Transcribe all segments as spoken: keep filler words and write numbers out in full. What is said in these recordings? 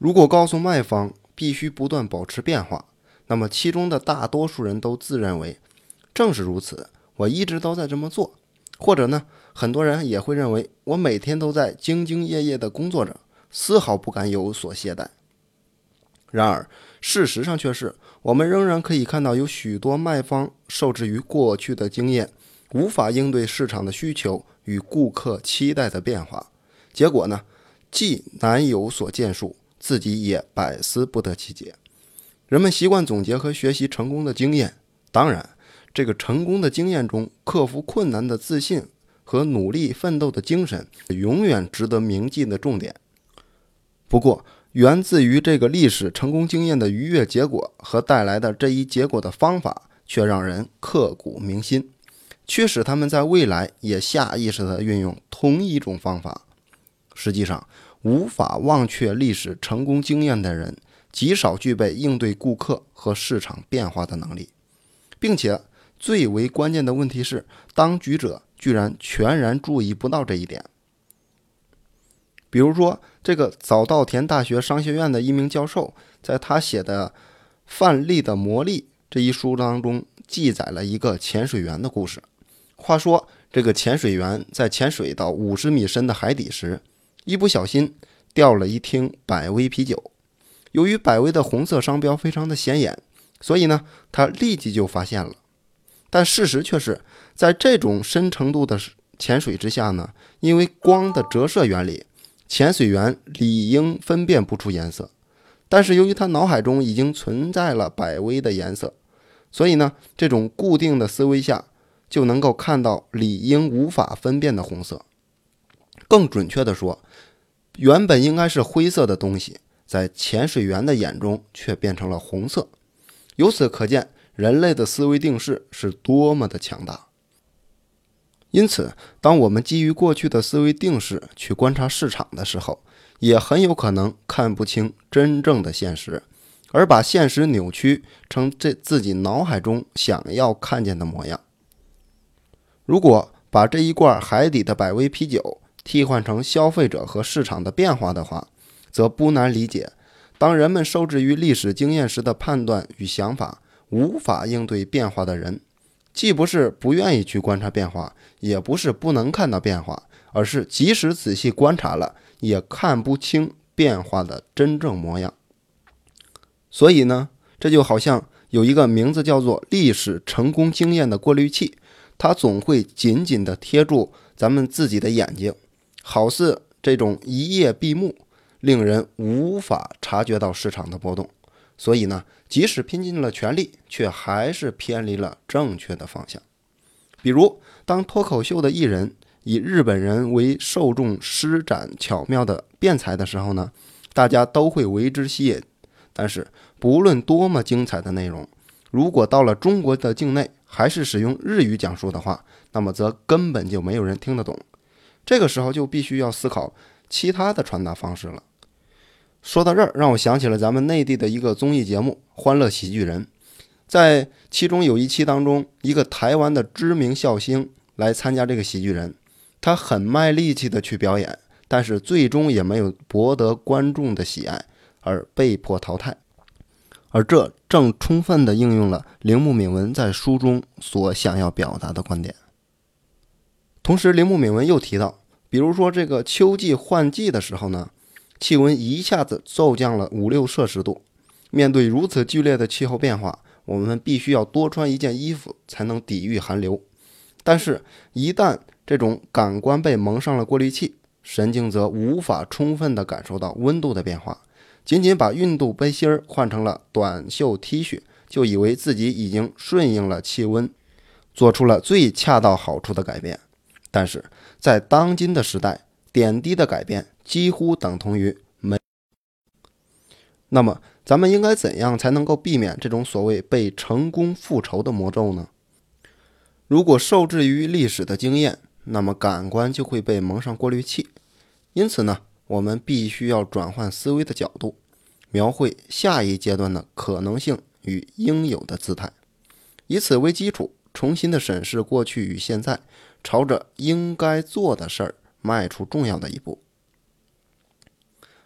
如果告诉卖方必须不断保持变化，那么其中的大多数人都自认为正是如此，我一直都在这么做。或者呢，很多人也会认为我每天都在兢兢业业地工作着，丝毫不敢有所懈怠。然而事实上却是，我们仍然可以看到有许多卖方受制于过去的经验，无法应对市场的需求与顾客期待的变化，结果呢，既难有所建树，自己也百思不得其解。人们习惯总结和学习成功的经验，当然这个成功的经验中克服困难的自信和努力奋斗的精神永远值得铭记的重点。不过源自于这个历史成功经验的愉悦结果和带来的这一结果的方法却让人刻骨铭心，驱使他们在未来也下意识地运用同一种方法。实际上无法忘却历史成功经验的人极少具备应对顾客和市场变化的能力，并且最为关键的问题是，当局者居然全然注意不到这一点。比如说，这个早稻田大学商学院的一名教授，在他写的《范例的魔力》这一书当中记载了一个潜水员的故事。话说，这个潜水员在潜水到五十米深的海底时，一不小心掉了一听百威啤酒。由于百威的红色商标非常的显眼，所以呢，他立即就发现了。但事实却是，在这种深程度的潜水之下呢，因为光的折射原理，潜水员理应分辨不出颜色，但是由于他脑海中已经存在了百威的颜色，所以呢，这种固定的思维下就能够看到理应无法分辨的红色。更准确地说，原本应该是灰色的东西，在潜水员的眼中却变成了红色。由此可见，人类的思维定式是多么的强大。因此，当我们基于过去的思维定式去观察市场的时候，也很有可能看不清真正的现实，而把现实扭曲成这自己脑海中想要看见的模样。如果把这一罐海底的百威啤酒替换成消费者和市场的变化的话，则不难理解，当人们受制于历史经验时的判断与想法无法应对变化的人，既不是不愿意去观察变化，也不是不能看到变化，而是即使仔细观察了，也看不清变化的真正模样。所以呢，这就好像有一个名字叫做历史成功经验的过滤器，它总会紧紧地贴住咱们自己的眼睛，好似这种一叶闭目，令人无法察觉到市场的波动。所以呢，即使拼尽了全力，却还是偏离了正确的方向。比如，当脱口秀的艺人以日本人为受众施展巧妙的辩才的时候呢，大家都会为之吸引。但是，不论多么精彩的内容，如果到了中国的境内还是使用日语讲述的话，那么则根本就没有人听得懂。这个时候就必须要思考其他的传达方式了。说到这儿，让我想起了咱们内地的一个综艺节目《欢乐喜剧人》。在其中有一期当中，一个台湾的知名笑星来参加这个喜剧人，他很卖力气的去表演，但是最终也没有博得观众的喜爱，而被迫淘汰。而这正充分的应用了铃木敏文在书中所想要表达的观点。同时，铃木敏文又提到，比如说这个秋季换季的时候呢，气温一下子骤降了五六摄氏度，面对如此剧烈的气候变化，我们必须要多穿一件衣服才能抵御寒流。但是，一旦这种感官被蒙上了过滤器，神经则无法充分地感受到温度的变化。仅仅把运动背心换成了短袖 T 恤，就以为自己已经顺应了气温，做出了最恰到好处的改变。但是在当今的时代，点滴的改变几乎等同于没。那么咱们应该怎样才能够避免这种所谓被成功复仇的魔咒呢？如果受制于历史的经验，那么感官就会被蒙上过滤器。因此呢，我们必须要转换思维的角度，描绘下一阶段的可能性与应有的姿态，以此为基础，重新的审视过去与现在，朝着应该做的事儿迈出重要的一步。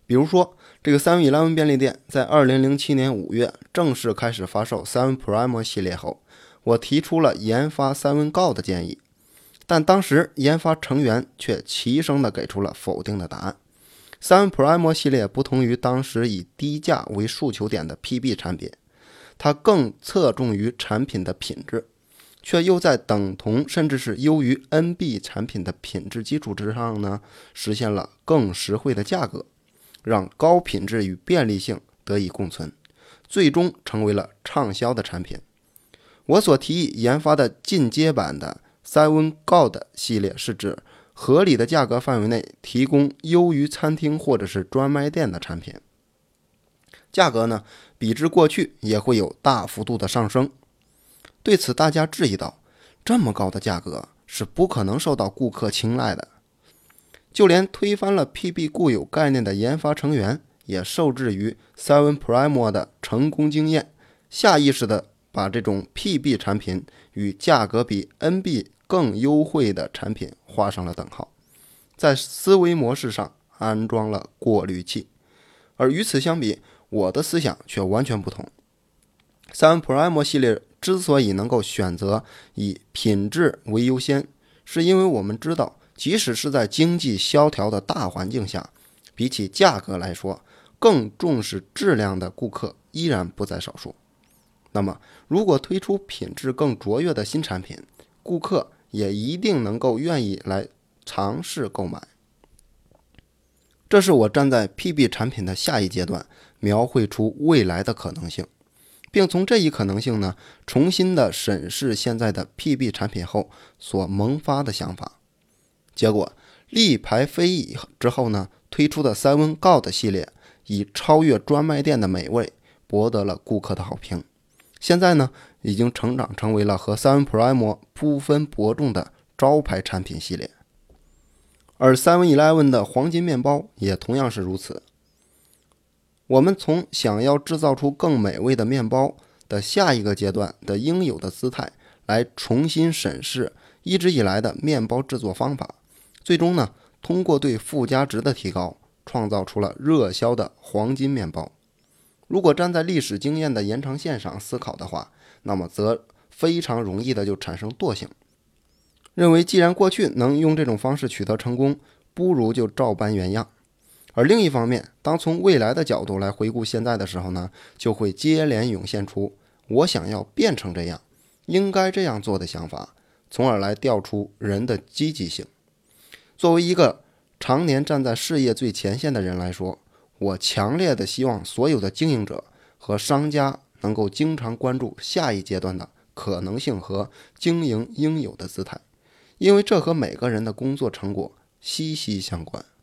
比如说，这个 seven eleven 便利店在二零零七年五月正式开始发售 seven Primo 系列后，我提出了研发 seven Go 的建议，但当时研发成员却齐声地给出了否定的答案。seven Primo 系列不同于当时以低价为诉求点的 P B 产品，它更侧重于产品的品质，却又在等同甚至是优于 N B 产品的品质基础之上呢，实现了更实惠的价格，让高品质与便利性得以共存，最终成为了畅销的产品。我所提议研发的进阶版的 seven Go 的系列，是指合理的价格范围内提供优于餐厅或者是专卖店的产品，价格呢比之过去也会有大幅度的上升。对此大家质疑道，这么高的价格是不可能受到顾客青睐的。就连推翻了 P B 固有概念的研发成员也受制于 seven Primo 的成功经验，下意识的把这种 P B 产品与价格比 N B 更优惠的产品画上了等号，在思维模式上安装了过滤器。而与此相比，我的思想却完全不同。seven Primo 系列之所以能够选择以品质为优先，是因为我们知道，即使是在经济萧条的大环境下，比起价格来说，更重视质量的顾客依然不在少数。那么，如果推出品质更卓越的新产品，顾客也一定能够愿意来尝试购买。这是我站在 P B 产品的下一阶段，描绘出未来的可能性，并从这一可能性呢，重新的审视现在的 P B 产品后所萌发的想法。结果力排非议之后呢，推出的 seven Go 的系列以超越专卖店的美味博得了顾客的好评。现在呢，已经成长成为了和 seven Primo 不分伯仲的招牌产品系列。而 seven eleven 的黄金面包也同样是如此。我们从想要制造出更美味的面包的下一个阶段的应有的姿态，来重新审视一直以来的面包制作方法，最终呢，通过对附加值的提高，创造出了热销的黄金面包。如果站在历史经验的延长线上思考的话，那么则非常容易的就产生惰性，认为既然过去能用这种方式取得成功，不如就照搬原样。而另一方面，当从未来的角度来回顾现在的时候呢，就会接连涌现出我想要变成这样，应该这样做的想法，从而来调出人的积极性。作为一个常年站在事业最前线的人来说，我强烈的希望所有的经营者和商家能够经常关注下一阶段的可能性和经营应有的姿态，因为这和每个人的工作成果息息相关。